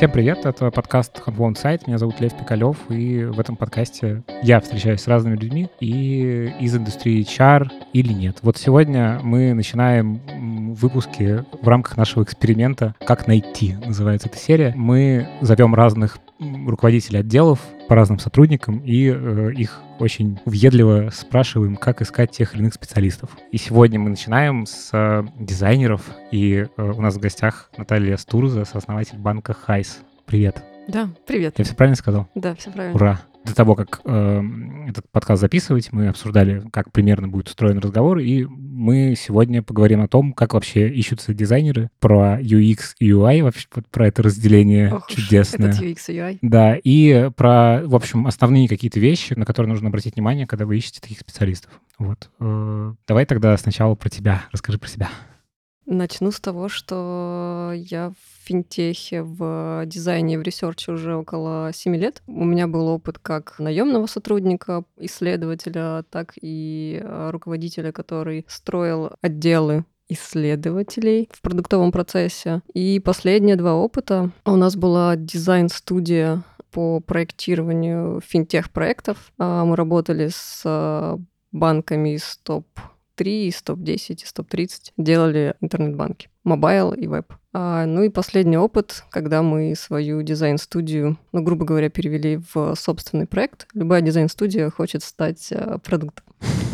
Всем привет, это подкаст Compound Site, меня зовут Лев Пикалев, и в этом подкасте я встречаюсь с разными людьми и из индустрии HR или нет. Вот сегодня мы начинаем выпуски в рамках нашего эксперимента «Как найти» называется эта серия. Мы зовем разных руководителей отделов по разным сотрудникам и их очень въедливо спрашиваем, как искать тех или иных специалистов. И сегодня мы начинаем с дизайнеров, и у нас в гостях Наталья Стурза, сооснователь банка Хайс. Привет. Да, привет. Я все правильно сказал? Да, все правильно. Ура. До того, как этот подкаст записывать, мы обсуждали, как примерно будет устроен разговор, и мы сегодня поговорим о том, как вообще ищутся дизайнеры, про UX и UI, вообще вот про это разделение чудесное. Этот UX и UI. Да, и про, в общем, основные какие-то вещи, на которые нужно обратить внимание, когда вы ищете таких специалистов. Вот. Давай тогда сначала про тебя. Расскажи про себя. Начну с того, что я в финтехе, в дизайне и в ресерче уже около 7 лет. У меня был опыт как наемного сотрудника, исследователя, так и руководителя, который строил отделы исследователей в продуктовом процессе. И последние 2 опыта. У нас была дизайн-студия по проектированию финтех-проектов. Мы работали с банками из топ-3, из топ-10, из топ-30. Делали интернет-банки, мобайл и веб. Ну и последний опыт, когда мы свою дизайн-студию, грубо говоря, перевели в собственный проект. Любая дизайн-студия хочет стать продуктом.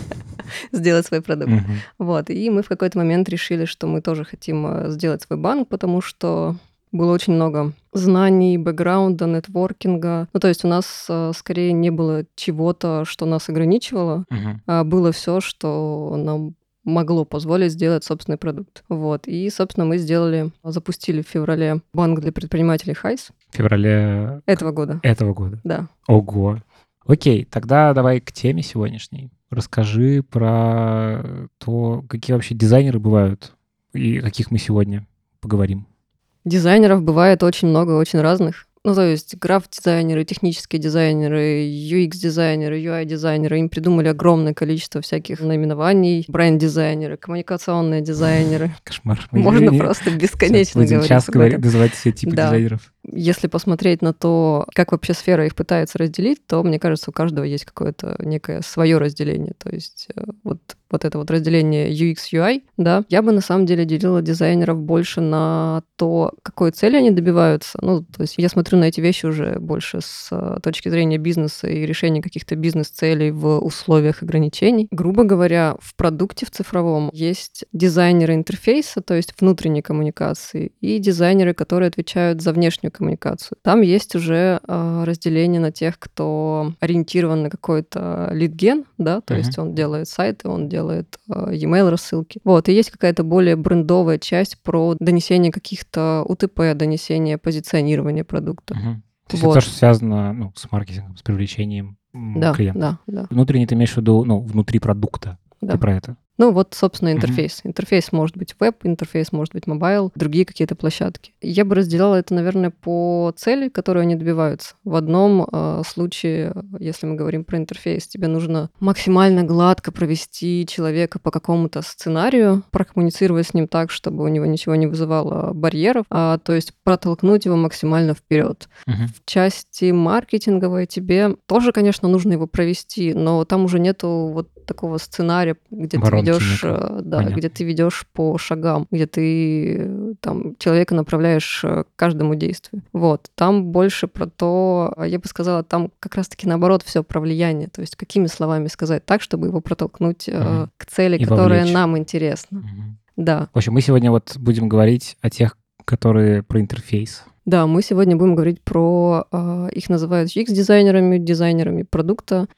Сделать свой продукт. Вот. И мы в какой-то момент решили, что мы тоже хотим сделать свой банк, потому что было очень много знаний, бэкграунда, нетворкинга. То есть у нас скорее не было чего-то, что нас ограничивало, а было все, что нам могло позволить сделать собственный продукт. Вот. И, собственно, мы запустили в феврале банк для предпринимателей Хайс. В феврале этого года. Этого года? Да. Ого. Окей, тогда давай к теме сегодняшней. Расскажи про то, какие вообще дизайнеры бывают и о каких мы сегодня поговорим. Дизайнеров бывает очень много, очень разных. То есть граф-дизайнеры, технические дизайнеры, UX-дизайнеры, UI-дизайнеры. Им придумали огромное количество всяких наименований. Бренд-дизайнеры, коммуникационные дизайнеры. Кошмар. Можно просто бесконечно говорить. Будем часто называть все типы дизайнеров. Если посмотреть на то, как вообще сфера их пытается разделить, то, мне кажется, у каждого есть какое-то некое свое разделение. То есть вот это вот разделение UX-UI, да, я бы на самом деле делила дизайнеров больше на то, какой цели они добиваются. То есть я смотрю на эти вещи уже больше с точки зрения бизнеса и решения каких-то бизнес-целей в условиях ограничений. Грубо говоря, в продукте в цифровом есть дизайнеры интерфейса, то есть внутренней коммуникации, и дизайнеры, которые отвечают за внешнюю коммуникацию. Там есть уже разделение на тех, кто ориентирован на какой-то лид-ген, да, то есть он делает сайты, он делает e-mail рассылки. Вот, и есть какая-то более брендовая часть про донесение каких-то УТП, донесение позиционирования продукта. То есть это то, что связано с маркетингом, с привлечением клиентов. Да. Внутренне ты имеешь в виду, внутри продукта. Да. Ты про это? Собственно, интерфейс. Интерфейс может быть веб, интерфейс может быть мобайл, другие какие-то площадки. Я бы разделяла это, наверное, по цели, которые они добиваются. В одном случае, если мы говорим про интерфейс, тебе нужно максимально гладко провести человека по какому-то сценарию, прокоммуницировать с ним так, чтобы у него ничего не вызывало барьеров, то есть протолкнуть его максимально вперед. В части маркетинговой тебе тоже, конечно, нужно его провести, но там уже нету вот такого сценария, где ты ведешь, где ты ведешь по шагам, где ты там человека направляешь к каждому действию. Вот. Там больше про то, я бы сказала, там как раз-таки наоборот все про влияние. То есть какими словами сказать так, чтобы его протолкнуть к цели, которая нам интересна. Да. В общем, мы сегодня будем говорить о тех, которые про интерфейс. Да, мы сегодня будем говорить про, их называют UX-дизайнерами, дизайнерами продукта.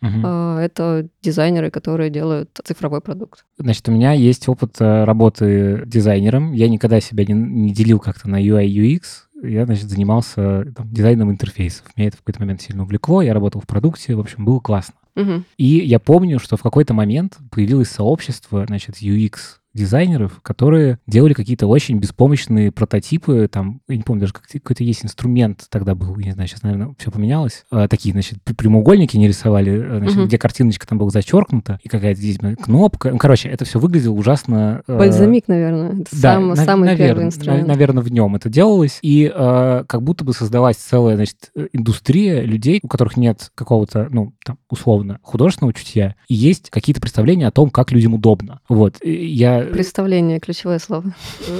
Это дизайнеры, которые делают цифровой продукт. Значит, у меня есть опыт работы дизайнером. Я никогда себя не делил как-то на UI, UX. Я, занимался дизайном интерфейсов. Меня это в какой-то момент сильно увлекло. Я работал в продукте. В общем, было классно. И я помню, что в какой-то момент появилось сообщество, UX дизайнеров, которые делали какие-то очень беспомощные прототипы, там, я не помню, даже какой-то есть инструмент тогда был, я не знаю, сейчас, наверное, все поменялось. Такие, значит, прямоугольники не рисовали, значит, Мгм. где картиночка там была зачеркнута, и какая-то здесь кнопка. Ну, короче, это все выглядело ужасно... Бальзамик, наверное. Это Да, самый первый инструмент. наверное, в нем это делалось. И как будто бы создалась целая, значит, индустрия людей, у которых нет какого-то, ну, там, условно, художественного чутья, и есть какие-то представления о том, как людям удобно. Вот. Представление — ключевое слово.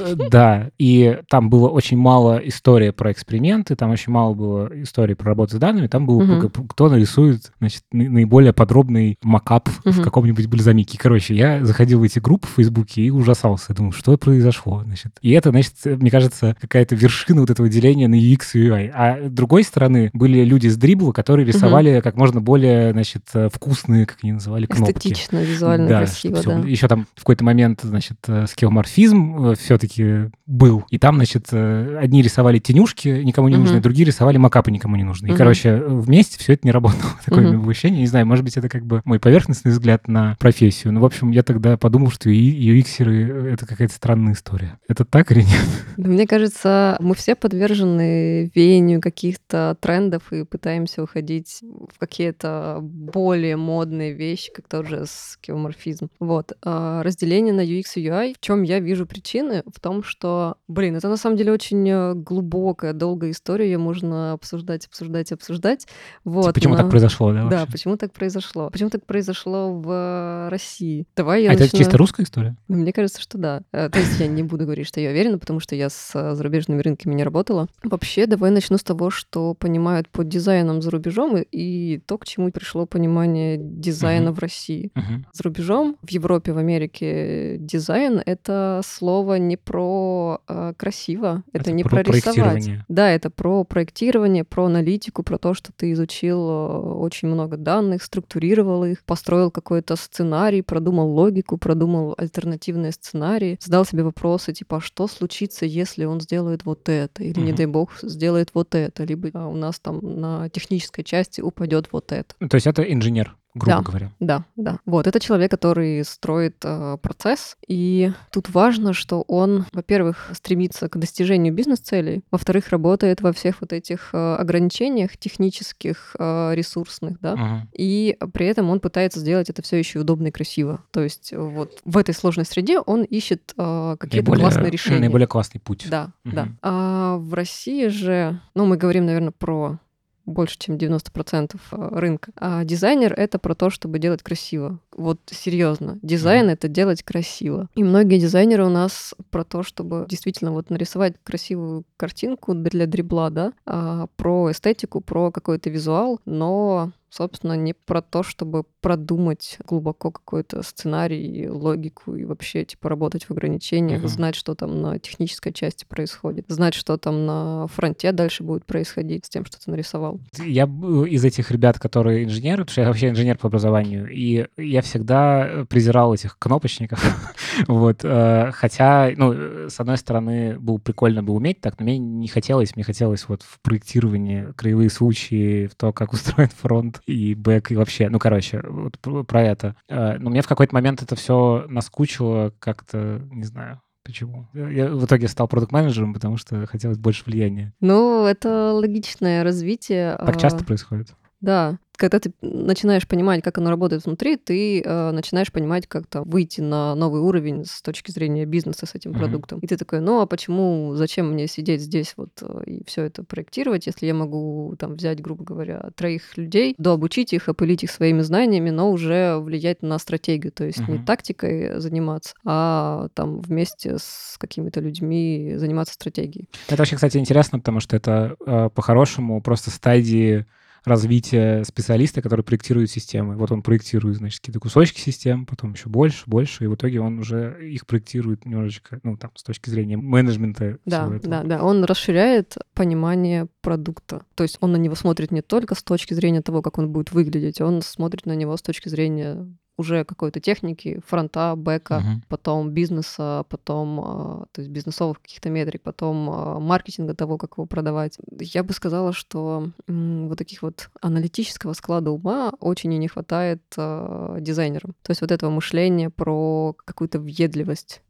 Да, и там было очень мало истории про эксперименты, там очень мало было истории про работу с данными, там было, Мгм. кто нарисует, значит, наиболее подробный макап в Мгм. каком-нибудь бальзамике. Короче, я заходил в эти группы в Фейсбуке и ужасался. Думаю, что произошло, значит. И это, значит, мне кажется, какая-то вершина вот этого деления на UX и UI. А с другой стороны, были люди с дрибла, которые рисовали как можно более, значит, вкусные, как они называли, кнопки. Эстетично, визуально, Да, красиво, да. еще там в какой-то момент, значит, скеоморфизм все-таки был. И там, значит, одни рисовали тенюшки никому не нужные, Мгм. другие рисовали макапы никому не нужные. И, Мгм. короче, вместе все это не работало. Такое у меня Мгм. было ощущение. Не знаю, может быть, это как бы мой поверхностный взгляд на профессию. Но, в общем, я тогда подумал, что UX-еры — это какая-то странная история. Это так или нет? Да, мне кажется, мы все подвержены веянию каких-то трендов и пытаемся уходить в какие-то более модные вещи, как тот же скеоморфизм. Вот. А разделение на UX и UI, в чем я вижу причины? В том, что, это на самом деле очень глубокая, долгая история, ее можно обсуждать, обсуждать, обсуждать. Вот, Почему так произошло, да, да, вообще? почему так произошло? Почему так произошло в России? Давай я А это начну. чисто русская история? Ну, мне кажется, что да. То есть я не буду говорить, что я уверена, потому что я с зарубежными рынками не работала. Вообще, давай начну с того, что понимают под дизайном за рубежом и то, к чему пришло понимание дизайна в России. Мгм. За рубежом, в Европе, в Америке дизайн — это слово не про красиво, это не про рисовать. проектирование. Да, это про проектирование, про аналитику, про то, что ты изучил очень много данных, структурировал их, построил какой-то сценарий, продумал логику, продумал альтернативные сценарии, задал себе вопросы типа, а что случится, если он сделает вот это, или, не дай бог, сделает вот это, либо у нас там на технической части упадет вот это. То есть это инженер, грубо говоря. Да. Вот, это человек, который строит процесс, и тут важно, что он, во-первых, стремится к достижению бизнес-целей, во-вторых, работает во всех вот этих ограничениях технических, ресурсных, да, Мгм. и при этом он пытается сделать это все еще удобно и красиво. То есть вот в этой сложной среде он ищет какие-то классные решения. Наиболее классный путь. Да. Мгм. А в России же, мы говорим, наверное, про больше, чем 90% рынка. А дизайнер — это про то, чтобы делать красиво. Вот серьезно, дизайн — это делать красиво. И многие дизайнеры у нас про то, чтобы действительно вот нарисовать красивую картинку для дрибла, да, про эстетику, про какой-то визуал, но собственно, не про то, чтобы продумать глубоко какой-то сценарий, логику и вообще, работать в ограничениях, знать, что там на технической части происходит, знать, что там на фронте дальше будет происходить с тем, что ты нарисовал. Я из этих ребят, которые инженеры, потому что я вообще инженер по образованию, и я всегда презирал этих кнопочников. Вот. Хотя, с одной стороны, было прикольно бы уметь так, но мне хотелось вот в проектировании краевые случаи, в то, как устроен фронт и бэк, и вообще, вот про это. Но мне в какой-то момент это все наскучило как-то, не знаю, почему. Я в итоге стал продакт-менеджером, потому что хотелось больше влияния. Это логичное развитие. Так часто происходит? Да. Когда ты начинаешь понимать, как оно работает внутри, ты начинаешь понимать, как там выйти на новый уровень с точки зрения бизнеса с этим продуктом. И ты такой, а почему, зачем мне сидеть здесь и все это проектировать, если я могу там взять, грубо говоря, 3 людей, дообучить их, опылить их своими знаниями, но уже влиять на стратегию, то есть не тактикой заниматься, а там вместе с какими-то людьми заниматься стратегией. Это вообще, кстати, интересно, потому что это по-хорошему просто стадии развития специалиста, который проектирует системы. Вот он проектирует, значит, какие-то кусочки систем, потом еще больше, и в итоге он уже их проектирует немножечко, с точки зрения менеджмента всего этого. Да. Он расширяет понимание продукта. То есть он на него смотрит не только с точки зрения того, как он будет выглядеть, он смотрит на него с точки зрения уже какой-то техники, фронта, бэка, потом бизнеса, потом то есть бизнесовых каких-то метрик, потом маркетинга того, как его продавать. Я бы сказала, что вот таких вот аналитического склада ума очень и не хватает дизайнерам. То есть вот этого мышления про какую-то въедливость.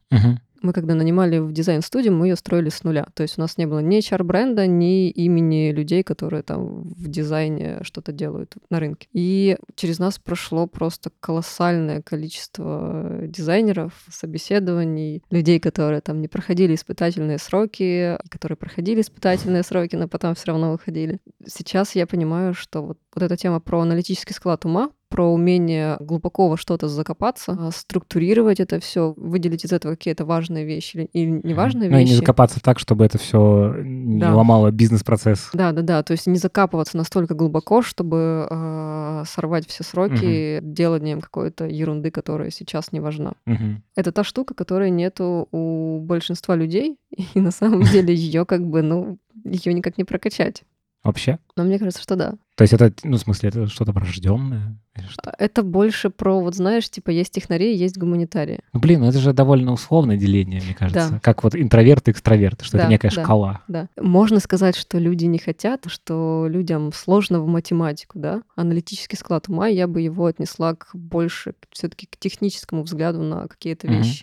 Мгм. Мы когда нанимали в дизайн-студию, мы ее строили с нуля. То есть у нас не было ни HR-бренда, ни имени людей, которые там в дизайне что-то делают на рынке. И через нас прошло просто колоссальное количество дизайнеров, собеседований, людей, которые там не проходили испытательные сроки, и которые проходили испытательные сроки, но потом все равно выходили. Сейчас я понимаю, что вот эта тема про аналитический склад ума, про умение глубоко во что-то закопаться, структурировать это все, выделить из этого какие-то важные вещи или неважные Ну и не вещи. закопаться так, чтобы это все не Да. ломало бизнес-процесс. Да. То есть не закапываться настолько глубоко, чтобы сорвать все сроки деланием какой-то ерунды, которая сейчас не важна. Мгм. Это та штука, которой нету у большинства людей, и на самом деле ее ее никак не прокачать. Вообще? Но мне кажется, что да. То есть это, ну, в смысле, это что-то врожденное? Или что? Это больше про, вот знаешь, типа есть технари, есть гуманитарии. Ну, блин, ну это же довольно условное деление, мне кажется. Да. Как вот интроверт и экстраверт, что это Да, некая да. шкала. Да. Можно сказать, что люди не хотят, что людям сложно в математику, да? Аналитический склад ума, я бы его отнесла больше все-таки к техническому взгляду на какие-то Мгм. вещи.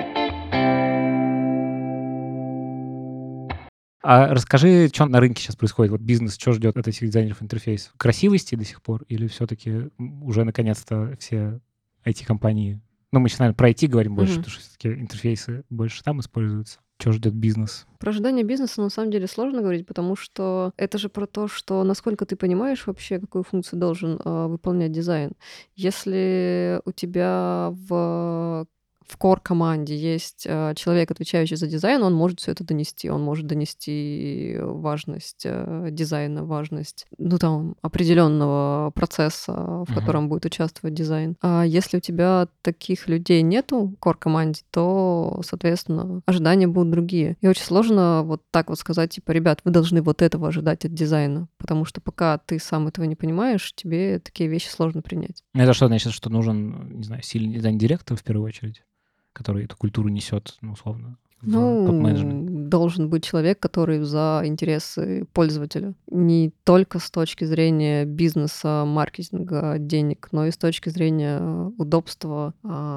А расскажи, что на рынке сейчас происходит? Вот бизнес, что ждет от этих дизайнеров интерфейсов? Красивости до сих пор? Или все-таки уже наконец-то все IT-компании... Ну, мы сейчас, наверное, про IT говорим больше, Мгм. потому что все-таки интерфейсы больше там используются. Что ждет бизнес? Про ожидание бизнеса на самом деле сложно говорить, потому что это же про то, что насколько ты понимаешь вообще, какую функцию должен выполнять дизайн. Если у тебя в core-команде есть человек, отвечающий за дизайн, он может все это донести. Он может донести важность дизайна, важность, определенного процесса, в котором будет участвовать дизайн. А если у тебя таких людей нету в core-команде, то, соответственно, ожидания будут другие. И очень сложно вот так вот сказать, типа, ребят, вы должны вот этого ожидать от дизайна, потому что пока ты сам этого не понимаешь, тебе такие вещи сложно принять. Это что значит, что нужен, не знаю, сильный дизайн-директор в первую очередь, который эту культуру несет, ну, условно, в топ-менеджмент? Должен быть человек, который за интересы пользователя. Не только с точки зрения бизнеса, маркетинга, денег, но и с точки зрения удобства,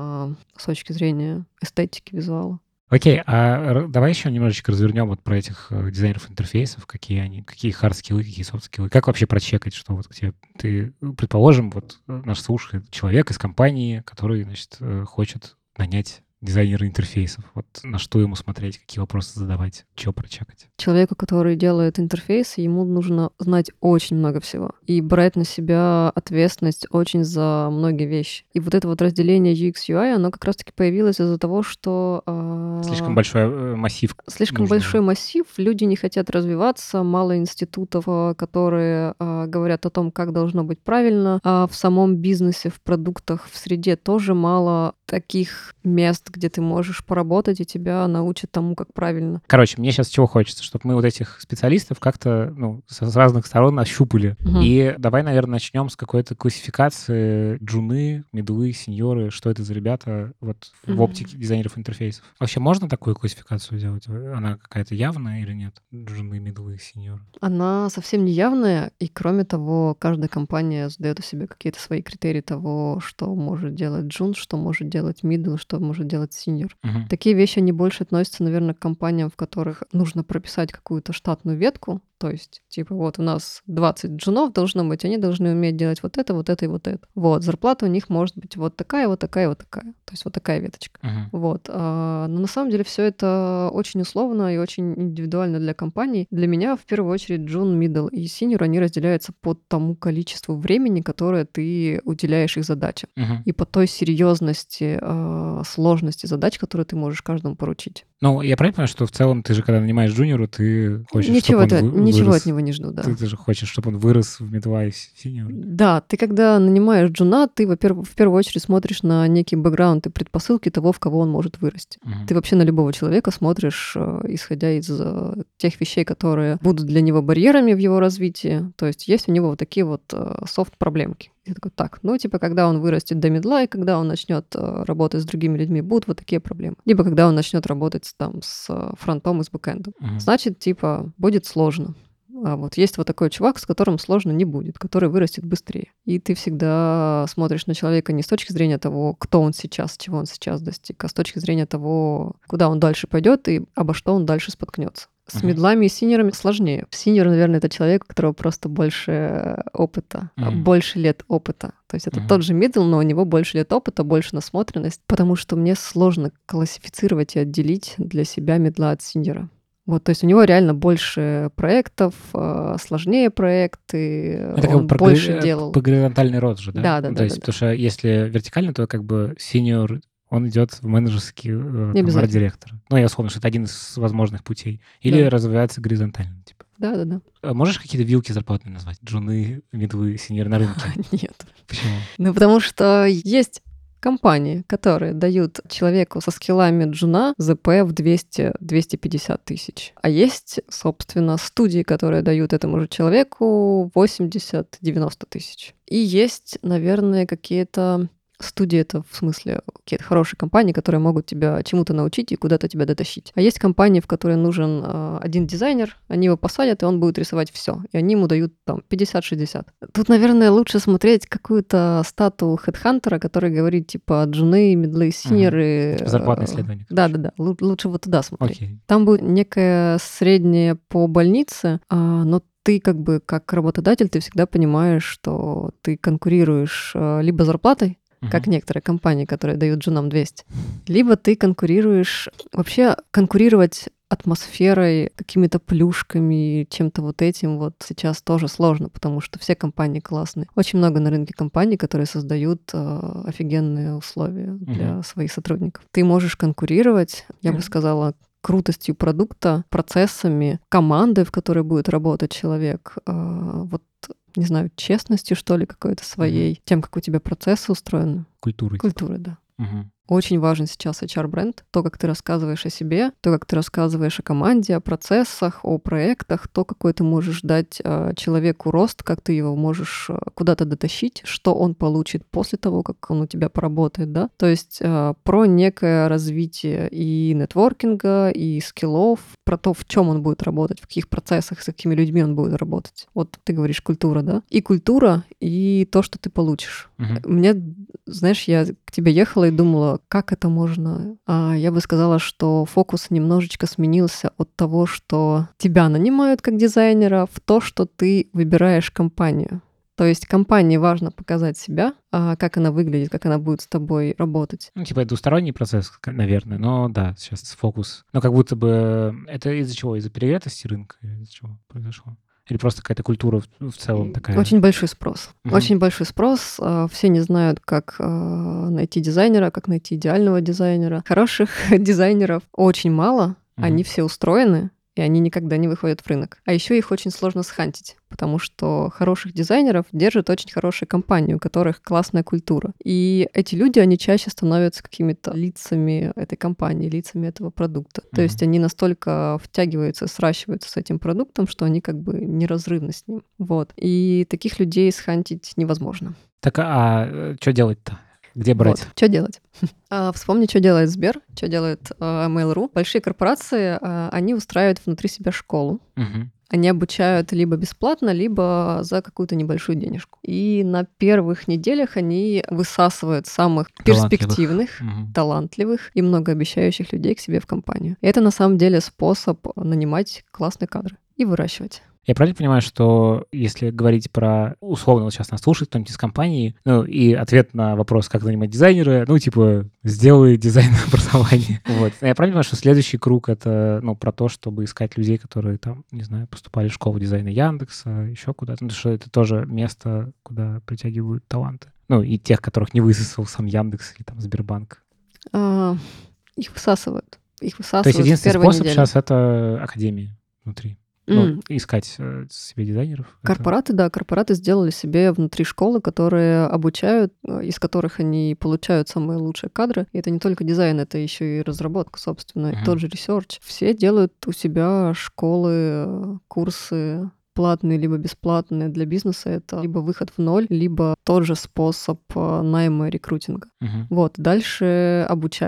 с точки зрения эстетики, визуала. Окей, давай еще немножечко развернем вот про этих дизайнеров интерфейсов, какие они, какие хард-скиллы, какие софт-скиллы. Как вообще прочекать, что вот ты, предположим, вот наш слушает человек из компании, который, значит, хочет нанять дизайнера интерфейсов. Вот на что ему смотреть, какие вопросы задавать, что прочекать? Человеку, который делает интерфейс, ему нужно знать очень много всего и брать на себя ответственность очень за многие вещи. И вот это вот разделение UX, UI, оно как раз-таки появилось из-за того, что... Слишком большой массив. Слишком нужно. большой массив, люди не хотят развиваться, мало институтов, которые говорят о том, как должно быть правильно, а в самом бизнесе, в продуктах, в среде тоже мало таких мест, где ты можешь поработать, и тебя научат тому, как правильно. Короче, мне сейчас чего хочется, чтобы мы вот этих специалистов как-то с разных сторон ощупали. Мгм. И давай, наверное, начнем с какой-то классификации джуны, мидлы, сеньоры, что это за ребята вот в Мгм. оптике дизайнеров интерфейсов. Вообще можно такую классификацию делать? Она какая-то явная или нет? Джуны, мидлы, сеньоры. Она совсем не явная, и кроме того, каждая компания задает у себя какие-то свои критерии того, что может делать джун, что может делать мидл, что может делать синьор. Мгм. Такие вещи, они больше относятся, наверное, к компаниям, в которых нужно прописать какую-то штатную ветку. То есть, типа, вот у нас 20 джунов должно быть, они должны уметь делать вот это, вот это и вот это. Вот, зарплата у них может быть вот такая, вот такая, вот такая. То есть вот такая веточка. Мгм. Вот. Но на самом деле все это очень условно и очень индивидуально для компаний. Для меня, в первую очередь, джун, мидл и синьор, они разделяются по тому количеству времени, которое ты уделяешь их задачам. Мгм. И по той серьезности, сложности задач, которые ты можешь каждому поручить. Ну, я правильно понимаю, что в целом ты же, когда нанимаешь джуниора, ты хочешь, Ничего чтобы он от вырос. него не жду, да. Ты же хочешь, чтобы он вырос в мидла и сеньора. Да, ты когда нанимаешь джуна, ты, во-первых, в первую очередь смотришь на некий бэкграунд и предпосылки того, в кого он может вырасти. Мгм. Ты вообще на любого человека смотришь, исходя из тех вещей, которые будут для него барьерами в его развитии. То есть есть у него вот такие вот софт-проблемки. Я такой, так, когда он вырастет до мидла, и когда он начнет работать с другими людьми, будут вот такие проблемы. Либо когда он начнет работать там с фронтом и с бэкэндом. Мгм. Значит, будет сложно. А вот есть вот такой чувак, с которым сложно не будет, который вырастет быстрее. И ты всегда смотришь на человека не с точки зрения того, кто он сейчас, чего он сейчас достиг, а с точки зрения того, куда он дальше пойдет и обо что он дальше споткнется. С мидлами и синерами сложнее. Синер, наверное, это человек, у которого просто больше опыта, больше лет опыта. То есть это тот же мидл, но у него больше лет опыта, больше насмотренность, потому что мне сложно классифицировать и отделить для себя мидла от синера. Вот, то есть у него реально больше проектов, сложнее проекты, это он как бы больше делал. По горизонтальный рост же, да? Да. То есть, потому что если вертикально, то как бы синьор, он идет в менеджерский директор. Ну, я вспомнил, что это один из возможных путей. Или развивается горизонтально, типа. Да. А можешь какие-то вилки зарплатные назвать? Джуны, мидлы, синьоры на рынке? Нет. Почему? Ну, потому что есть компании, которые дают человеку со скиллами джуна ЗП в 200-250 тысяч. А есть, собственно, студии, которые дают этому же человеку 80-90 тысяч. И есть, наверное, какие-то студии, это в смысле какие-то хорошие компании, которые могут тебя чему-то научить и куда-то тебя дотащить. А есть компании, в которые нужен один дизайнер, они его посадят, и он будет рисовать все. И они ему дают там 50-60. Тут, наверное, лучше смотреть какую-то стату хедхантера, который говорит, типа, джуны, мидлы, синьоры. Зарплатное исследование. Да. Лучше вот туда смотреть. Окей. Там будет некое среднее по больнице, но ты как бы как работодатель, ты всегда понимаешь, что ты конкурируешь либо зарплатой, как некоторые компании, которые дают джунам 200. Либо ты конкурируешь... Вообще конкурировать атмосферой, какими-то плюшками, чем-то вот этим вот сейчас тоже сложно, потому что все компании классные. Очень много на рынке компаний, которые создают офигенные условия для своих сотрудников. Ты можешь конкурировать, я бы сказала, крутостью продукта, процессами, командой, в которой будет работать человек, вот, не знаю, честностью, что ли, какой-то своей, тем, как у тебя процессы устроены. Культурой. Культурой, да. Очень важен сейчас HR-бренд. То, как ты рассказываешь о себе, то, как ты рассказываешь о команде, о процессах, о проектах, то, какой ты можешь дать человеку рост, как ты его можешь куда-то дотащить, что он получит после того, как он у тебя поработает, да. То есть про некое развитие и нетворкинга, и скиллов, про то, в чем он будет работать, в каких процессах, с какими людьми он будет работать. Вот ты говоришь культура, да? И культура, и то, что ты получишь. Мне, знаешь, я к тебе ехала и думала, как это можно? Я бы сказала, что фокус немножечко сменился от того, что тебя нанимают как дизайнера, в то, что ты выбираешь компанию. То есть компании важно показать себя, как она выглядит, как она будет с тобой работать. Ну, типа, это двусторонний процесс, наверное, но да, сейчас фокус. Но как будто бы это из-за чего? Из-за перегретости рынка? Из-за чего произошло? Или просто какая-то культура в целом такая? Очень большой спрос. Очень большой спрос. Все не знают, как найти дизайнера, как найти идеального дизайнера. Хороших дизайнеров очень мало. Они все устроены, и они никогда не выходят в рынок. А еще их очень сложно схантить, потому что хороших дизайнеров держит очень хорошая компания, у которых классная культура. И эти люди, они чаще становятся какими-то лицами этой компании, лицами этого продукта. То есть они настолько втягиваются, сращиваются с этим продуктом, что они как бы неразрывны с ним. Вот. И таких людей схантить невозможно. Так, что делать-то? Где брать? Вот. Что делать? Вспомни, что делает Сбер, что делает Mail.ru. Большие корпорации, они устраивают внутри себя школу. Они обучают либо бесплатно, либо за какую-то небольшую денежку. И на первых неделях они высасывают самых перспективных, талантливых и многообещающих людей к себе в компанию. И это на самом деле способ нанимать классные кадры и выращивать. Я правильно понимаю, что если говорить про, условно, вот сейчас нас слушает кто-нибудь из компании, ну, и ответ на вопрос, как нанимать дизайнера, ну, типа, сделай дизайнерное образование. Вот. Я правильно понимаю, что следующий круг — это, ну, про то, чтобы искать людей, которые там, не знаю, поступали в школу дизайна Яндекса, еще куда-то, потому что это тоже место, куда притягивают таланты. Ну, и тех, которых не высосал сам Яндекс или там Сбербанк. Их высасывают. Их высасывают. То есть единственный способ недели. Сейчас — это академия внутри. Ну, искать себе дизайнеров. Корпораты, да, корпораты сделали себе внутри школы, которые обучают, из которых они получают самые лучшие кадры. И это не только дизайн, это еще и разработка, собственно, и тот же ресерч. Все делают у себя школы, курсы платные либо бесплатные. Для бизнеса это либо выход в ноль, либо тот же способ найма и рекрутинга. Вот, дальше обучают.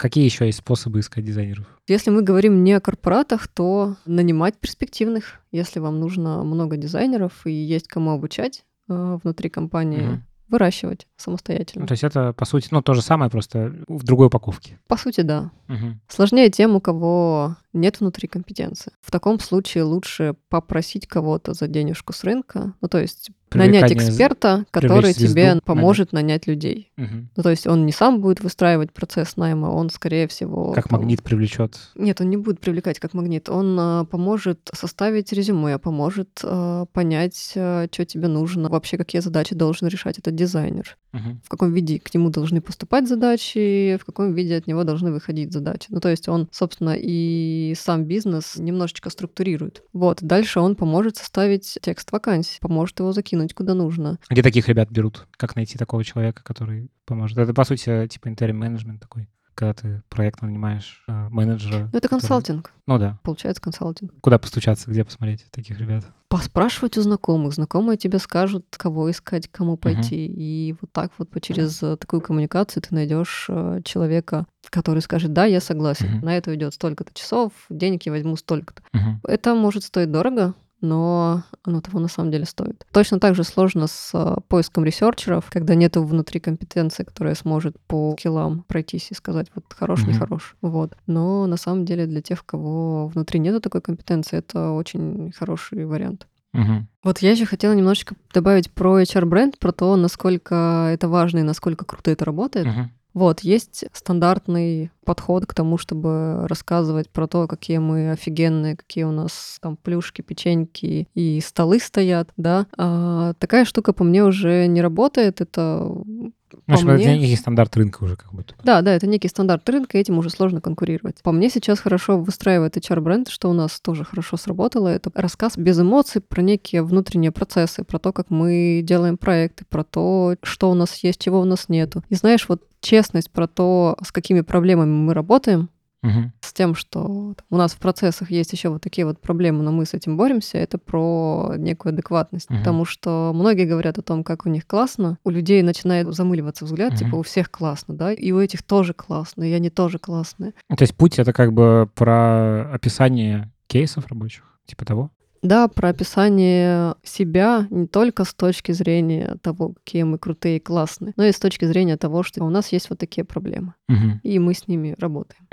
Какие еще есть способы искать дизайнеров? Если мы говорим не о корпоратах, то нанимать перспективных. Если вам нужно много дизайнеров и есть кому обучать внутри компании, Мгм. выращивать Ну, самостоятельно. то есть это, по сути, то же самое, просто в другой упаковке. По сути, да. Мгм. Сложнее тем, у кого нет внутри компетенции. В таком случае лучше попросить кого-то за денежку с рынка, ну то есть нанять Привлекание эксперта, который привлечь звезду, тебе нанять. поможет нанять людей. Мгм. Ну то есть он не сам будет выстраивать процесс найма, он, скорее всего... Как магнит привлечет. Нет, он не будет привлекать как магнит. Он поможет составить резюме, поможет понять, что тебе нужно, вообще какие задачи должен решать этот дизайнер, Мгм. в каком виде к нему должны поступать задачи, в каком виде от него должны выходить задачи. Ну, то есть он, собственно, и сам бизнес немножечко структурирует. Вот. Дальше он поможет составить текст вакансии, поможет его закинуть куда нужно. Где таких ребят берут? Как найти такого человека, который поможет? Это, по сути, типа интерим-менеджмент такой, когда ты проектно нанимаешь менеджера. Ну, это который- консалтинг. Ну да. Получается консалтинг. Куда постучаться, где посмотреть таких ребят? Поспрашивать у знакомых. Знакомые тебе скажут, кого искать, к кому пойти. И вот так вот через такую коммуникацию ты найдешь человека, который скажет: да, я согласен, Мгм. на это уйдет столько-то часов, денег я возьму столько-то. Мгм. Это может стоить дорого, но оно того на самом деле стоит. Точно так же сложно с поиском ресерчеров, когда нету внутри компетенции, которая сможет по скиллам пройтись и сказать, вот хорош, не Мгм. хорош. Вот. Но на самом деле для тех, кого внутри нету такой компетенции, это очень хороший вариант. Мгм. Вот я еще хотела немножечко добавить про HR-бренд, про то, насколько это важно и насколько круто это работает. Мгм. Вот, есть стандартный подход к тому, чтобы рассказывать про то, какие мы офигенные, какие у нас там плюшки, печеньки и столы стоят, да. Такая штука по мне уже не работает. Это В общем, это мне... некий стандарт рынка уже как будто бы. Да, это некий стандарт рынка, и этим уже сложно конкурировать. По мне сейчас хорошо выстраивает HR-бренд, что у нас тоже хорошо сработало. Это рассказ без эмоций про некие внутренние процессы, про то, как мы делаем проекты, про то, что у нас есть, чего у нас нету. И знаешь, вот честность про то, с какими проблемами мы работаем, Мгм. с тем, что у нас в процессах есть еще вот такие вот проблемы, но мы с этим боремся, это про некую адекватность. Мгм. Потому что многие говорят о том, как у них классно, у людей начинает замыливаться взгляд, типа Мгм. у всех классно, да, и у этих тоже классно, и они тоже классные. То есть путь — это как бы про описание кейсов рабочих, типа того? Да, про описание себя не только с точки зрения того, какие мы крутые и классные, но и с точки зрения того, что у нас есть вот такие проблемы, Мгм. и мы с ними работаем.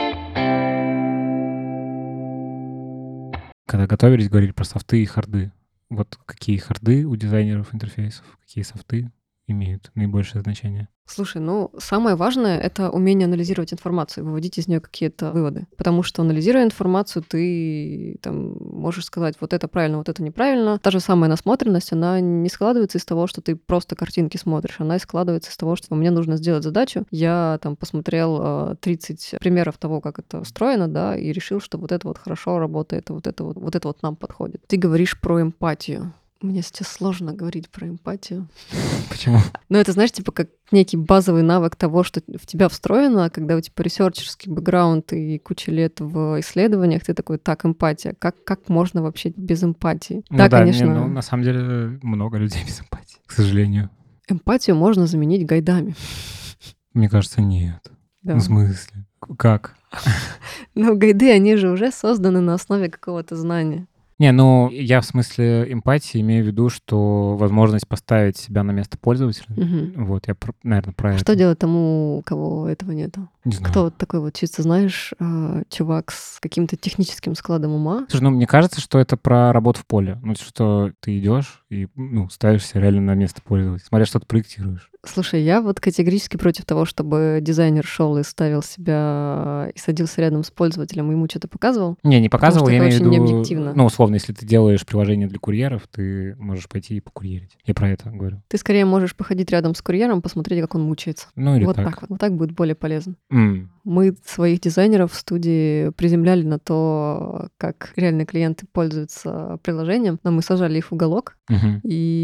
Когда готовились, говорили про софты и харды. Вот какие харды у дизайнеров интерфейсов, какие софты имеют наибольшее значение? Слушай, ну, самое важное — это умение анализировать информацию, выводить из нее какие-то выводы. Потому что, анализируя информацию, ты там можешь сказать, вот это правильно, вот это неправильно. Та же самая насмотренность, она не складывается из того, что ты просто картинки смотришь, она складывается из того, что мне нужно сделать задачу. Я там посмотрел 30 примеров того, как это устроено, да, и решил, что вот это вот хорошо работает, вот это вот нам подходит. Ты говоришь про эмпатию. Мне сейчас сложно говорить про эмпатию. Почему? Ну, это, знаешь, типа как некий базовый навык того, что в тебя встроено, когда у тебя ресерчерский бэкграунд и куча лет в исследованиях, ты такой, так, эмпатия. Как можно вообще без эмпатии? Ну Да, да, конечно, на самом деле много людей без эмпатии, к сожалению. эмпатию можно заменить гайдами. Мне кажется, нет. Да. В смысле? Как? Но гайды, они же уже созданы на основе какого-то знания. Не, ну я в смысле эмпатии имею в виду, что возможность поставить себя на место пользователя. Мгм. Вот, я, наверное, про это. Что делать тому, у кого этого нету? Не знаю. Кто вот такой вот чисто, знаешь, чувак с каким-то техническим складом ума? Слушай, ну мне кажется, что это про работу в поле. Ну, что ты идешь и ставишься реально на место пользователя, смотря что ты проектируешь. Слушай, я вот категорически против того, чтобы дизайнер шел и ставил себя и садился рядом с пользователем, и ему что-то показывал. Не показывал, что я это имею в очень виду, необъективно. ну, условно, если ты делаешь приложение для курьеров, ты можешь пойти и покурьерить. Я про это говорю. Ты скорее можешь походить рядом с курьером, посмотреть, как он мучается. Ну, или Вот так. так вот. Вот так будет более полезно. М. Мы своих дизайнеров в студии приземляли на то, как реальные клиенты пользуются приложением, но мы сажали их в уголок, Мгм.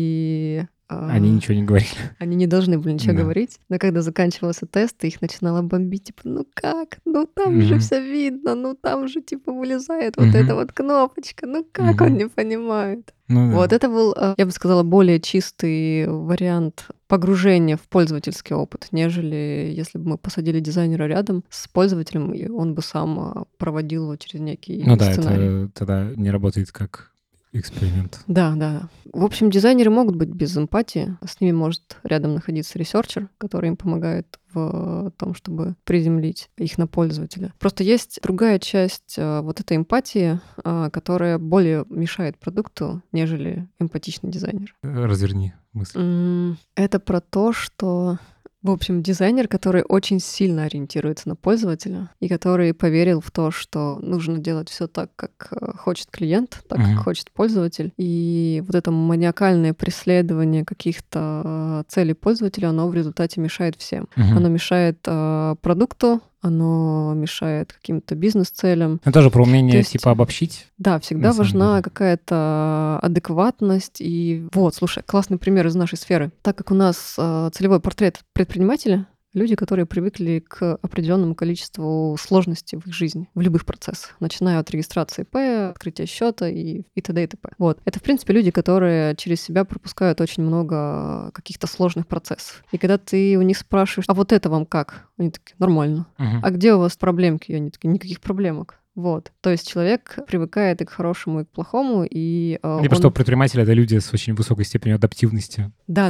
и Они ничего не говорили. они не должны были ничего Да. говорить. Но когда заканчивался тест, их начинало бомбить, типа, ну как? Ну там же Мгм. все видно, ну там же типа вылезает вот Мгм. эта вот кнопочка, ну как он Мгм. не понимает? Ну да. Вот это был, я бы сказала, более чистый вариант погружение в пользовательский опыт, нежели если бы мы посадили дизайнера рядом с пользователем, и он бы сам проводил его через некий сценарий. Это тогда не работает как эксперимент. Да. В общем, дизайнеры могут быть без эмпатии. С ними может рядом находиться ресерчер, который им помогает в том, чтобы приземлить их на пользователя. Просто есть другая часть вот этой эмпатии, которая более мешает продукту, нежели эмпатичный дизайнер. Разверни мысль. Это про то, что... В общем, дизайнер, который очень сильно ориентируется на пользователя и который поверил в то, что нужно делать все так, как хочет клиент, так, как хочет пользователь. И вот это маниакальное преследование каких-то целей пользователя, оно в результате мешает всем. Оно мешает продукту, оно мешает каким-то бизнес-целям. Это тоже про умение, обобщить. Да, всегда важна какая-то адекватность. И вот, слушай, классный пример из нашей сферы. Так как у нас целевой портрет предпринимателя, люди, которые привыкли к определенному количеству сложностей в их жизни, в любых процессах, начиная от регистрации ИП, открытия счета и т.д. и т.п. Вот. Это, в принципе, люди, которые через себя пропускают очень много каких-то сложных процессов. И когда ты у них спрашиваешь, а вот это вам как? Они такие, нормально. А где у вас проблемки? И они такие, никаких проблемок. Вот. То есть человек привыкает и к хорошему, и к плохому, и что предприниматели — это люди с очень высокой степенью адаптивности. Да.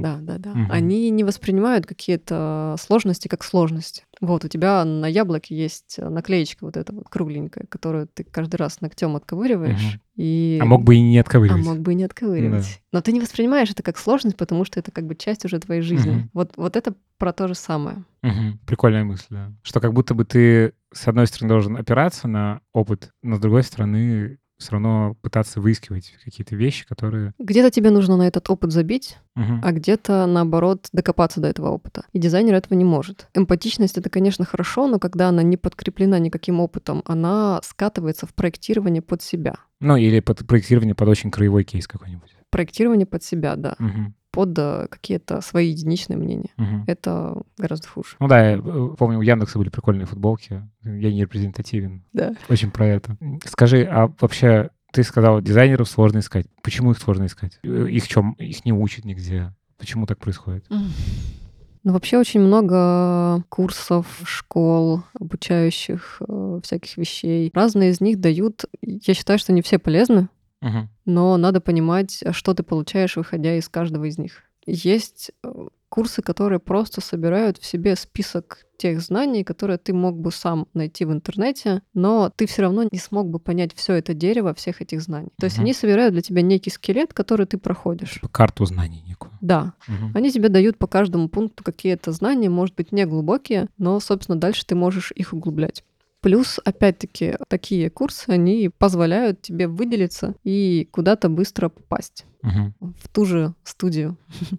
Они не воспринимают какие-то сложности как сложности. Вот, у тебя на яблоке есть наклеечка вот эта вот кругленькая, которую ты каждый раз ногтем отковыриваешь. А мог бы и не отковыривать. Да. Но ты не воспринимаешь это как сложность, потому что это как бы часть уже твоей жизни. Вот это про то же самое. Прикольная мысль, да. Что как будто бы ты, с одной стороны, должен опираться на опыт, но с другой стороны, все равно пытаться выискивать какие-то вещи, которые... Где-то тебе нужно на этот опыт забить, а где-то, наоборот, докопаться до этого опыта. И дизайнер этого не может. Эмпатичность — это, конечно, хорошо, но когда она не подкреплена никаким опытом, она скатывается в проектирование под себя. Или под проектирование под очень краевой кейс какой-нибудь. Проектирование под себя, да. Под какие-то свои единичные мнения. Это гораздо хуже. Я помню, у Яндекса были прикольные футболки. Я не репрезентативен. Да. Очень про это. Скажи, а вообще ты сказал, дизайнеров сложно искать. Почему их сложно искать? Их не учат нигде. Почему так происходит? Вообще очень много курсов, школ, обучающих всяких вещей. Разные из них дают... Я считаю, что не все полезны, но надо понимать, что ты получаешь, выходя из каждого из них. Есть курсы, которые просто собирают в себе список тех знаний, которые ты мог бы сам найти в интернете, но ты все равно не смог бы понять все это дерево всех этих знаний. То есть они собирают для тебя некий скелет, который ты проходишь. Типа карту знаний некую. Да. Они тебе дают по каждому пункту какие-то знания, может быть, не глубокие, но, собственно, дальше ты можешь их углублять. Плюс, опять-таки, такие курсы, они позволяют тебе выделиться и куда-то быстро попасть в ту же студию.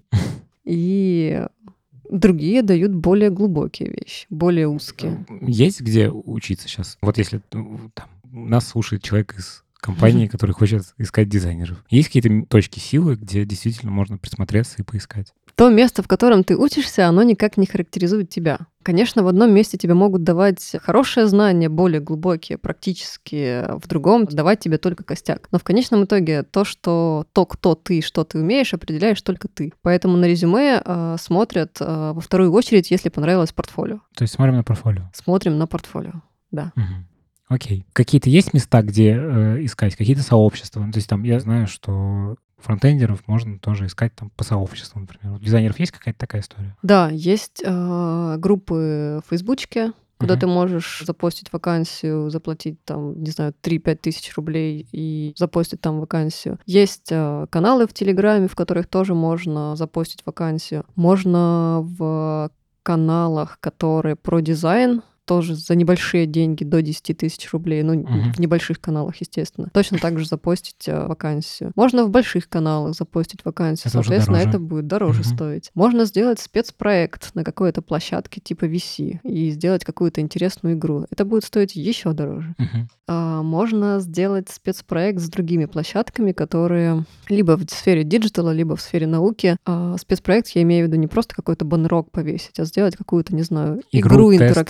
И другие дают более глубокие вещи, более узкие. Есть где учиться сейчас? Вот если нас слушает человек из компании, который хочет искать дизайнеров. Есть какие-то точки силы, где действительно можно присмотреться и поискать? То место, в котором ты учишься, оно никак не характеризует тебя. Конечно, в одном месте тебе могут давать хорошие знания, более глубокие, практические, в другом давать тебе только костяк. Но в конечном итоге то, кто ты, что ты умеешь, определяешь только ты. Поэтому на резюме смотрят во вторую очередь, если понравилось портфолио. То есть смотрим на портфолио? Смотрим на портфолио, да. Окей. Какие-то есть места, где искать? Какие-то сообщества? То есть я знаю, что фронтендеров можно тоже искать по сообществам, например. У дизайнеров есть какая-то такая история? Да, есть группы в Фейсбучке, куда ты можешь запостить вакансию, заплатить 3-5 тысяч рублей и запостить там вакансию. Есть каналы в Телеграме, в которых тоже можно запостить вакансию. Можно в каналах, которые про дизайн, тоже за небольшие деньги, до 10 тысяч рублей, в небольших каналах, естественно. Точно так же запостить вакансию. Можно в больших каналах запостить вакансию, соответственно, это будет дороже стоить. Можно сделать спецпроект на какой-то площадке типа VC и сделать какую-то интересную игру. Это будет стоить еще дороже. Можно сделать спецпроект с другими площадками, которые либо в сфере диджитала, либо в сфере науки. Спецпроект, я имею в виду, не просто какой-то баннерок повесить, а сделать какую-то, не знаю, игру интерактивную.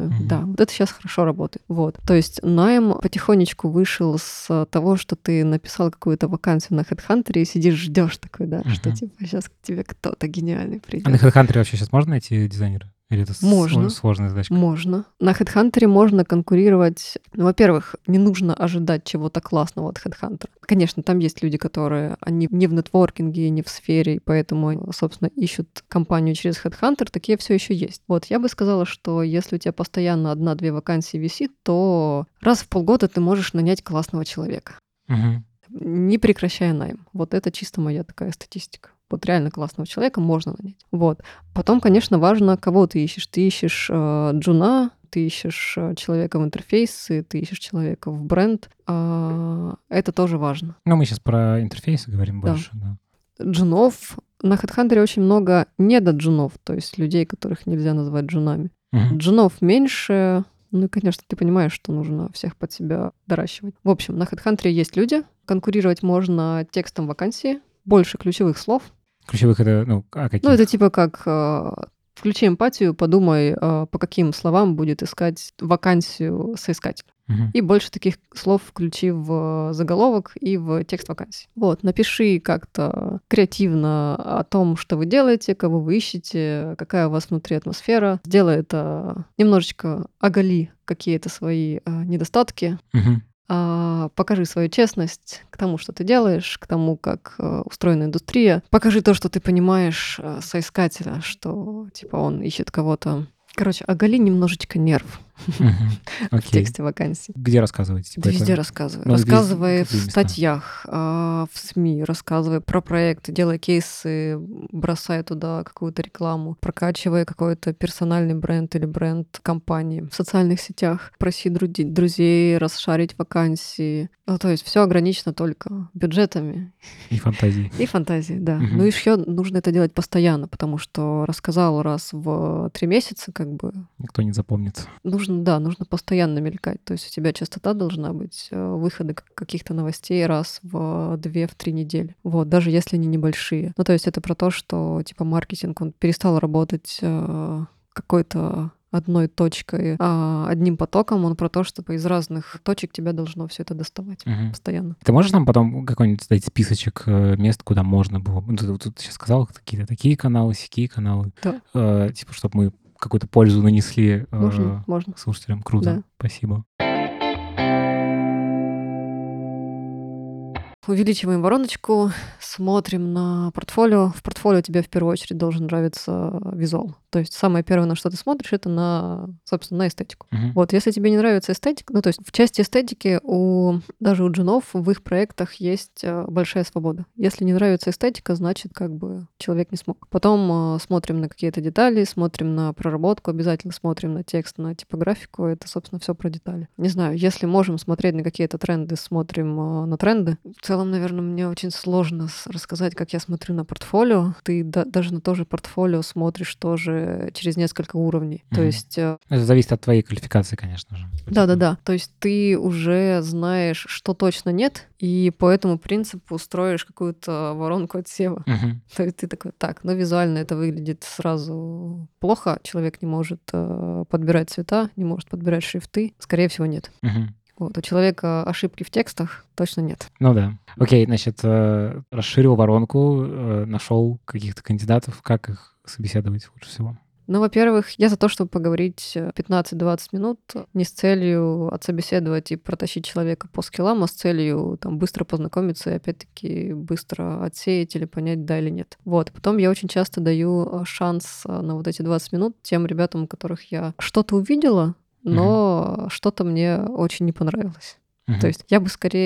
да, вот это сейчас хорошо работает. Вот. То есть найм потихонечку вышел с того, что ты написал какую-то вакансию на HeadHunter и сидишь, ждешь такой, да, что типа сейчас к тебе кто-то гениальный придет. А на HeadHunter вообще сейчас можно найти дизайнера? Или это сложная задачка? Можно. На HeadHunter можно конкурировать. Ну, во-первых, не нужно ожидать чего-то классного от HeadHunter. Конечно, там есть люди, которые они не в нетворкинге, не в сфере, и поэтому, собственно, ищут компанию через HeadHunter. Такие все еще есть. Вот, я бы сказала, что если у тебя постоянно 1-2 вакансии висит, то раз в полгода ты можешь нанять классного человека, не прекращая найм. Вот это чисто моя такая статистика. Вот реально классного человека можно нанять. Вот. Потом, конечно, важно, кого ты ищешь. Ты ищешь джуна, ты ищешь человека в интерфейсы, ты ищешь человека в бренд. Это тоже важно. Ну, мы сейчас про интерфейсы говорим больше. Да. Джунов. На HeadHunter очень много недоджунов, то есть людей, которых нельзя назвать джунами. Джунов меньше. Ну и, конечно, ты понимаешь, что нужно всех под себя доращивать. В общем, на HeadHunter есть люди. Конкурировать можно текстом вакансии. Больше ключевых слов. Ключевых это, каких? Ну, это типа как включи эмпатию, подумай, по каким словам будет искать вакансию соискатель. И больше таких слов включи в заголовок и в текст вакансии. Вот, напиши как-то креативно о том, что вы делаете, кого вы ищете, какая у вас внутри атмосфера. Сделай это немножечко, оголи какие-то свои недостатки. Покажи свою честность к тому, что ты делаешь, к тому, как устроена индустрия. Покажи то, что ты понимаешь соискателя, что типа он ищет кого-то. Короче, оголи немножечко нерв в тексте вакансии. Где рассказываете? Да везде рассказывай. Рассказывай в статьях, в СМИ, рассказывай про проекты, делай кейсы, бросай туда какую-то рекламу, прокачивай какой-то персональный бренд или бренд компании в социальных сетях, проси друзей расшарить вакансии. Ну, то есть все ограничено только бюджетами. И фантазией. И фантазией, да. Ну и еще нужно это делать постоянно, потому что рассказал раз в 3 месяца, как бы... Никто не запомнит. Нужно постоянно мелькать. То есть у тебя частота должна быть выхода каких-то новостей раз в 2-3 недели. Вот, даже если они небольшие. Ну, то есть это про то, что типа маркетинг, он перестал работать какой-то одной точкой, одним потоком, он про то, что из разных точек тебя должно все это доставать постоянно. Ты можешь нам потом какой-нибудь дать списочек мест, куда можно было? Ну, ты сейчас сказал, какие-то такие каналы, сякие каналы. Да. Типа, чтобы мы какую-то пользу нанесли можно. слушателям. Круто. Да. Спасибо. Увеличиваем вороночку, смотрим на портфолио. В портфолио тебе в первую очередь должен нравиться визуал. То есть самое первое, на что ты смотришь, это собственно, на эстетику. Вот, если тебе не нравится эстетика, ну, то есть в части эстетики даже у джунов в их проектах есть большая свобода. Если не нравится эстетика, значит, как бы человек не смог. Потом смотрим на какие-то детали, смотрим на проработку, обязательно смотрим на текст, на типографику. Это, собственно, все про детали. Не знаю, если можем смотреть на какие-то тренды, смотрим на тренды. В целом, наверное, мне очень сложно рассказать, как я смотрю на портфолио. Ты даже на то же портфолио смотришь тоже через несколько уровней. То есть... Это зависит от твоей квалификации, конечно же. Да. То есть ты уже знаешь, что точно нет, и по этому принципу строишь какую-то воронку отсева. То есть ты такой, визуально это выглядит сразу плохо, человек не может подбирать цвета, не может подбирать шрифты. Скорее всего, нет. Вот, у человека ошибки в текстах точно нет. Ну да. Окей, значит, расширил воронку, нашел каких-то кандидатов. Как их собеседовать лучше всего? Ну, во-первых, я за то, чтобы поговорить 15-20 минут не с целью отсобеседовать и протащить человека по скиллам, а с целью там быстро познакомиться и опять-таки быстро отсеять или понять, да или нет. Вот. Потом я очень часто даю шанс на вот эти 20 минут тем ребятам, у которых я что-то увидела, но что-то мне очень не понравилось. То есть я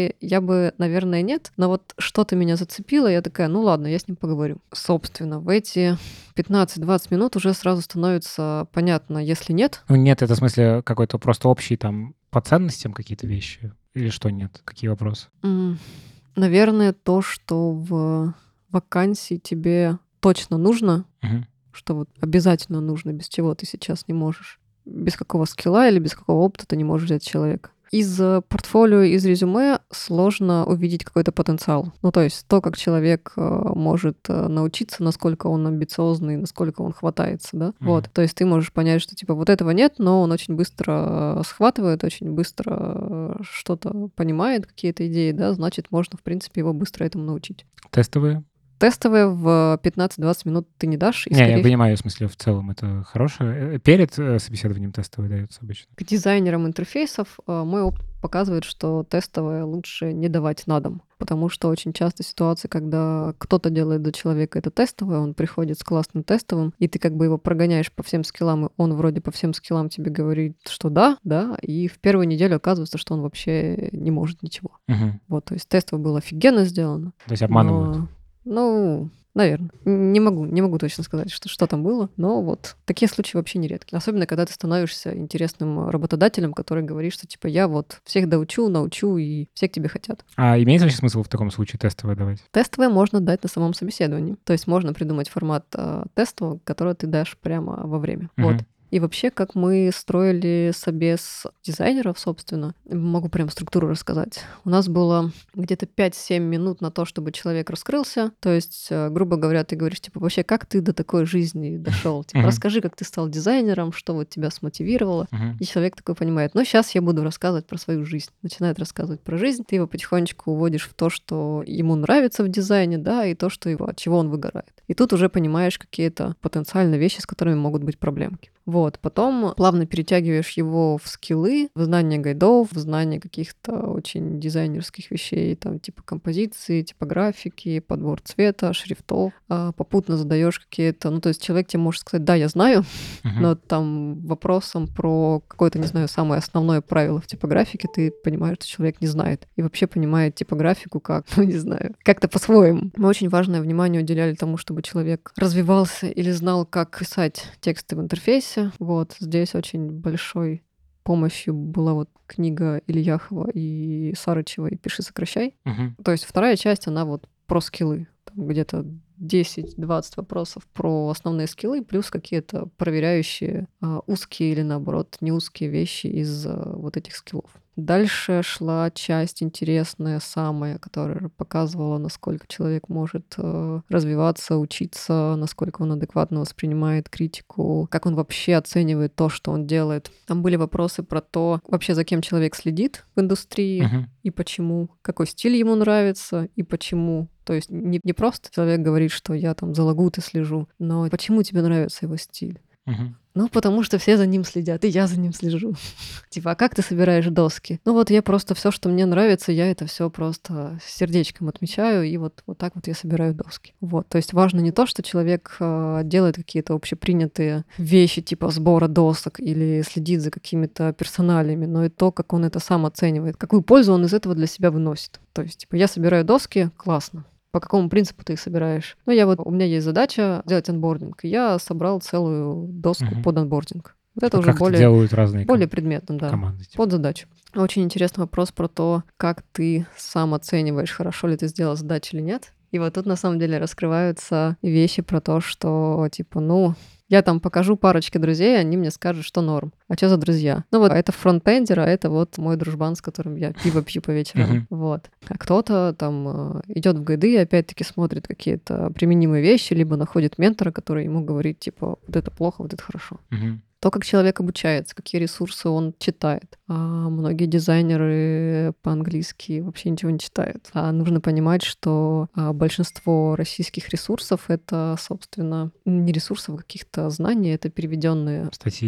бы, наверное, нет, но вот что-то меня зацепило, я такая, ну ладно, я с ним поговорю. Собственно, в эти 15-20 минут уже сразу становится понятно, если нет. Ну нет, это в смысле какой-то просто общий там по ценностям какие-то вещи? Или что нет? Какие вопросы? Наверное, то, что в вакансии тебе точно нужно, что вот обязательно нужно, без чего ты сейчас не можешь. Без какого скилла или без какого опыта ты не можешь взять человека. Из портфолио, из резюме сложно увидеть какой-то потенциал. Ну, то есть то, как человек может научиться, насколько он амбициозный, насколько он хватается, да. Вот. То есть ты можешь понять, что типа вот этого нет, но он очень быстро схватывает, очень быстро что-то понимает, какие-то идеи, да, значит, можно, в принципе, его быстро этому научить. Тестовые? Тестовые в 15-20 минут ты не дашь. Не, я понимаю, в смысле, в целом это хорошее. Перед собеседованием тестовые дается обычно. К дизайнерам интерфейсов мой опыт показывает, что тестовые лучше не давать на дом, потому что очень часто ситуации, когда кто-то делает за человека это тестовое, он приходит с классным тестовым, и ты как бы его прогоняешь по всем скиллам, и он вроде по всем скиллам тебе говорит, что да, и в первую неделю оказывается, что он вообще не может ничего. Вот, то есть тестовое было офигенно сделано. То есть обманывают? Ну, наверное. Не могу точно сказать, что там было, но вот такие случаи вообще нередки. Особенно, когда ты становишься интересным работодателем, который говорит, что типа я вот всех научу, и все к тебе хотят. А имеет вообще смысл в таком случае тестовое давать? Тестовое можно дать на самом собеседовании. То есть можно придумать формат тестового, который ты дашь прямо во время. Вот. И вообще, как мы строили собес дизайнеров, собственно, могу прям структуру рассказать. У нас было где-то 5-7 минут на то, чтобы человек раскрылся. То есть, грубо говоря, ты говоришь, типа, вообще, как ты до такой жизни дошел? Типа, расскажи, как ты стал дизайнером, что вот тебя смотивировало. И человек такой понимает, ну, сейчас я буду рассказывать про свою жизнь. Начинает рассказывать про жизнь, ты его потихонечку уводишь в то, что ему нравится в дизайне, да, и то, что от чего он выгорает. И тут уже понимаешь какие-то потенциальные вещи, с которыми могут быть проблемки. Вот, потом плавно перетягиваешь его в скиллы, в знание гайдов, в знание каких-то очень дизайнерских вещей, там, типа композиции, типографики, подбор цвета, шрифтов. Попутно задаешь какие-то... Ну, то есть человек тебе может сказать, да, я знаю, но там вопросом про какое-то, не знаю, самое основное правило в типографике ты понимаешь, что человек не знает. И вообще понимает типографику как, ну, не знаю, как-то по-своему. Мы очень важное внимание уделяли тому, чтобы человек развивался или знал, как писать тексты в интерфейсе. Вот здесь очень большой помощью была вот книга Ильяхова и Сарычевой «Пиши, сокращай». То есть вторая часть, она вот про скиллы. Там где-то 10-20 вопросов про основные скиллы, плюс какие-то проверяющие узкие или, наоборот, не узкие вещи из вот этих скиллов. Дальше шла часть интересная самая, которая показывала, насколько человек может развиваться, учиться, насколько он адекватно воспринимает критику, как он вообще оценивает то, что он делает. Там были вопросы про то, вообще за кем человек следит в индустрии и почему, какой стиль ему нравится и почему. То есть не просто человек говорит, что я там за Лагутой слежу, но почему тебе нравится его стиль? Ну, потому что все за ним следят, и я за ним слежу. Типа, а как ты собираешь доски? Ну вот я просто все, что мне нравится, я это все просто сердечком отмечаю, и вот так вот я собираю доски. Вот, то есть важно не то, что человек делает какие-то общепринятые вещи, типа сбора досок или следит за какими-то персоналиями, но и то, как он это сам оценивает, какую пользу он из этого для себя выносит. То есть, типа, я собираю доски, классно. По какому принципу ты их собираешь? Ну, у меня есть задача сделать анбординг, и я собрал целую доску под анбординг. Вот это уже более предметно, да, команды, типа. под задачу. Очень интересный вопрос про то, как ты сам оцениваешь, хорошо ли ты сделал задачу или нет. И вот тут на самом деле раскрываются вещи про то, что типа, я там покажу парочке друзей, они мне скажут, что норм. А что за друзья? Ну вот это фронтендер, а это вот мой дружбан, с которым я пиво пью по вечерам. Вот. А кто-то там идет в гайды и опять-таки смотрит какие-то применимые вещи, либо находит ментора, который ему говорит, типа, вот это плохо, вот это хорошо. То, как человек обучается, какие ресурсы он читает. А многие дизайнеры по-английски вообще ничего не читают. А нужно понимать, что большинство российских ресурсов — это, собственно, не ресурсов, а каких-то знаний, это переведенные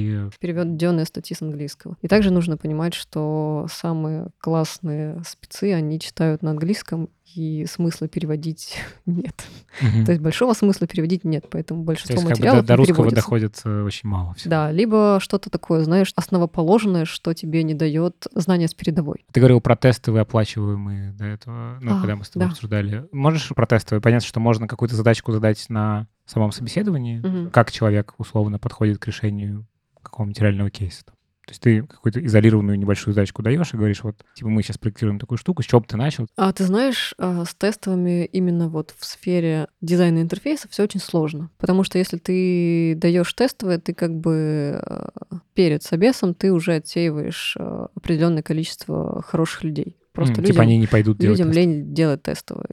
статьи с английского. И также нужно понимать, что самые классные спецы, они читают на английском, и смысла переводить нет. То есть большого смысла переводить нет, поэтому большинство материалов до русского доходит очень мало всего. Да, либо что-то такое, знаешь, основоположное, что тебе не дает знания с передовой. Ты говорил про тестовые оплачиваемые до этого, когда мы с тобой обсуждали. Можешь про тестовые? Понятно, что можно какую-то задачку задать на самом собеседовании, как человек условно подходит к решению какого материального кейса. То есть ты какую-то изолированную небольшую задачку даешь и говоришь, вот, типа, мы сейчас проектируем такую штуку, с чего бы ты начал? А ты знаешь, с тестовыми именно вот в сфере дизайна интерфейса все очень сложно. Потому что если ты даешь тестовое, ты как бы перед собесом ты уже отсеиваешь определенное количество хороших людей. Просто Типа они не пойдут делать людям тест. лень делать тестовое.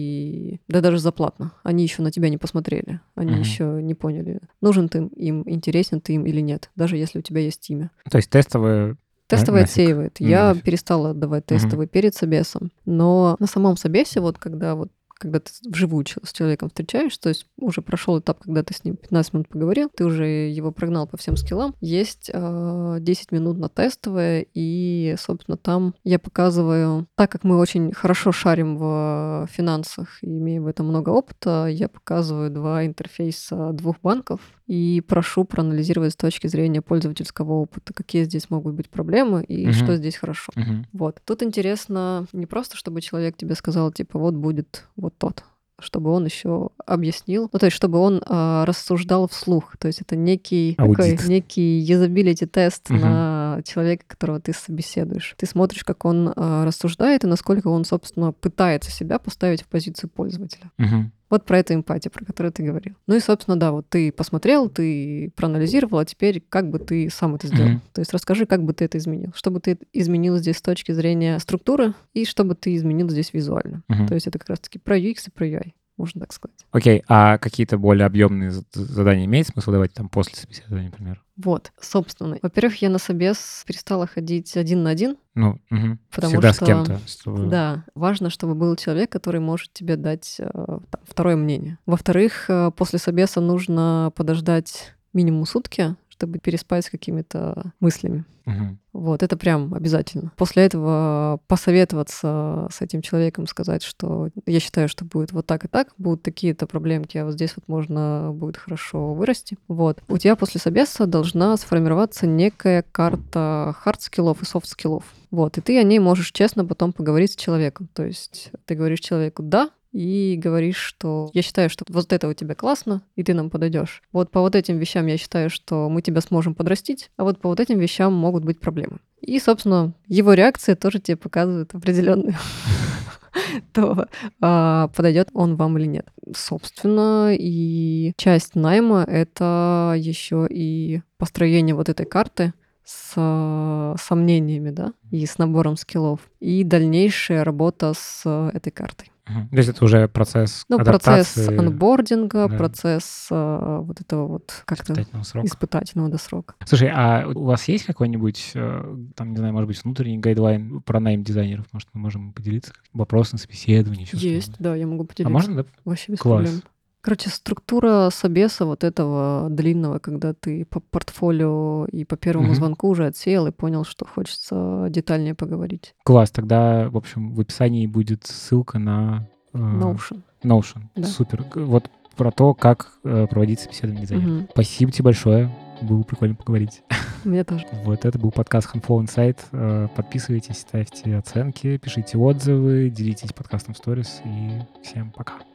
И да даже заплатно. Они еще на тебя не посмотрели. Они еще не поняли, нужен ты им, интересен ты им или нет, даже если у тебя есть имя. То есть тестовые Тестовый нафиг. отсеивает. Я перестала отдавать тестовый перед собесом. Но на самом собесе, когда ты вживую с человеком встречаешься, то есть уже прошел этап, когда ты с ним 15 минут поговорил, ты уже его прогнал по всем скиллам, есть 10 минут на тестовое, и, собственно, там я показываю, так как мы очень хорошо шарим в финансах и имеем в этом много опыта, я показываю 2 интерфейса 2 банков и прошу проанализировать с точки зрения пользовательского опыта, какие здесь могут быть проблемы и что здесь хорошо. Вот. Тут интересно не просто, чтобы человек тебе сказал, типа, вот будет вот тот, чтобы он еще объяснил, то есть чтобы он рассуждал вслух, то есть это некий юзабилити тест на человека, которого ты собеседуешь. Ты смотришь, как он рассуждает и насколько он, собственно, пытается себя поставить в позицию пользователя. Вот про эту эмпатию, про которую ты говорил. Ну и, собственно, да, вот ты посмотрел, ты проанализировал, а теперь как бы ты сам это сделал. То есть расскажи, как бы ты это изменил. Что бы ты изменил здесь с точки зрения структуры и что бы ты изменил здесь визуально. То есть это как раз-таки про UX и про UI, можно так сказать. Окей, а какие-то более объемные задания имеет смысл давать там после собеседования, например? Вот, собственно. Во-первых, я на собес перестала ходить 1 на 1. Потому всегда что, с кем-то. Да, важно, чтобы был человек, который может тебе дать второе мнение. Во-вторых, после собеса нужно подождать минимум сутки, чтобы переспать с какими-то мыслями. Вот, это прям обязательно. После этого посоветоваться с этим человеком, сказать, что я считаю, что будет вот так и так, будут такие-то проблемки, а вот здесь вот можно будет хорошо вырасти. Вот. У тебя после собеса должна сформироваться некая карта хард-скиллов и софт-скиллов. Вот, и ты о ней можешь честно потом поговорить с человеком. То есть ты говоришь человеку «да», и говоришь, что я считаю, что вот это у тебя классно, и ты нам подойдешь. Вот по вот этим вещам я считаю, что мы тебя сможем подрастить, а вот по вот этим вещам могут быть проблемы. И, собственно, его реакция тоже тебе показывает определенную то подойдет он вам или нет. Собственно, и часть найма — это еще и построение вот этой карты с сомнениями, да, и с набором скиллов, и дальнейшая работа с этой картой. То есть это уже процесс адаптации. Процесс анбординга, процесс вот этого вот как-то испытательного срока. Слушай, а у вас есть какой-нибудь, там, не знаю, может быть, внутренний гайдлайн про найм дизайнеров? Может, мы можем поделиться? Вопрос на собеседование? Есть, да, я могу поделиться. А можно, да? Вообще без проблем. Короче, структура собеса вот этого длинного, когда ты по портфолио и по первому звонку уже отсеял и понял, что хочется детальнее поговорить. Класс, тогда, в общем, в описании будет ссылка на... Notion. Да. Супер. Вот про то, как проводить собеседование дизайнера. Спасибо тебе большое. Было прикольно поговорить. Мне тоже. Вот это был подкаст Handflow Insight. Подписывайтесь, ставьте оценки, пишите отзывы, делитесь подкастом в сторис. И всем пока.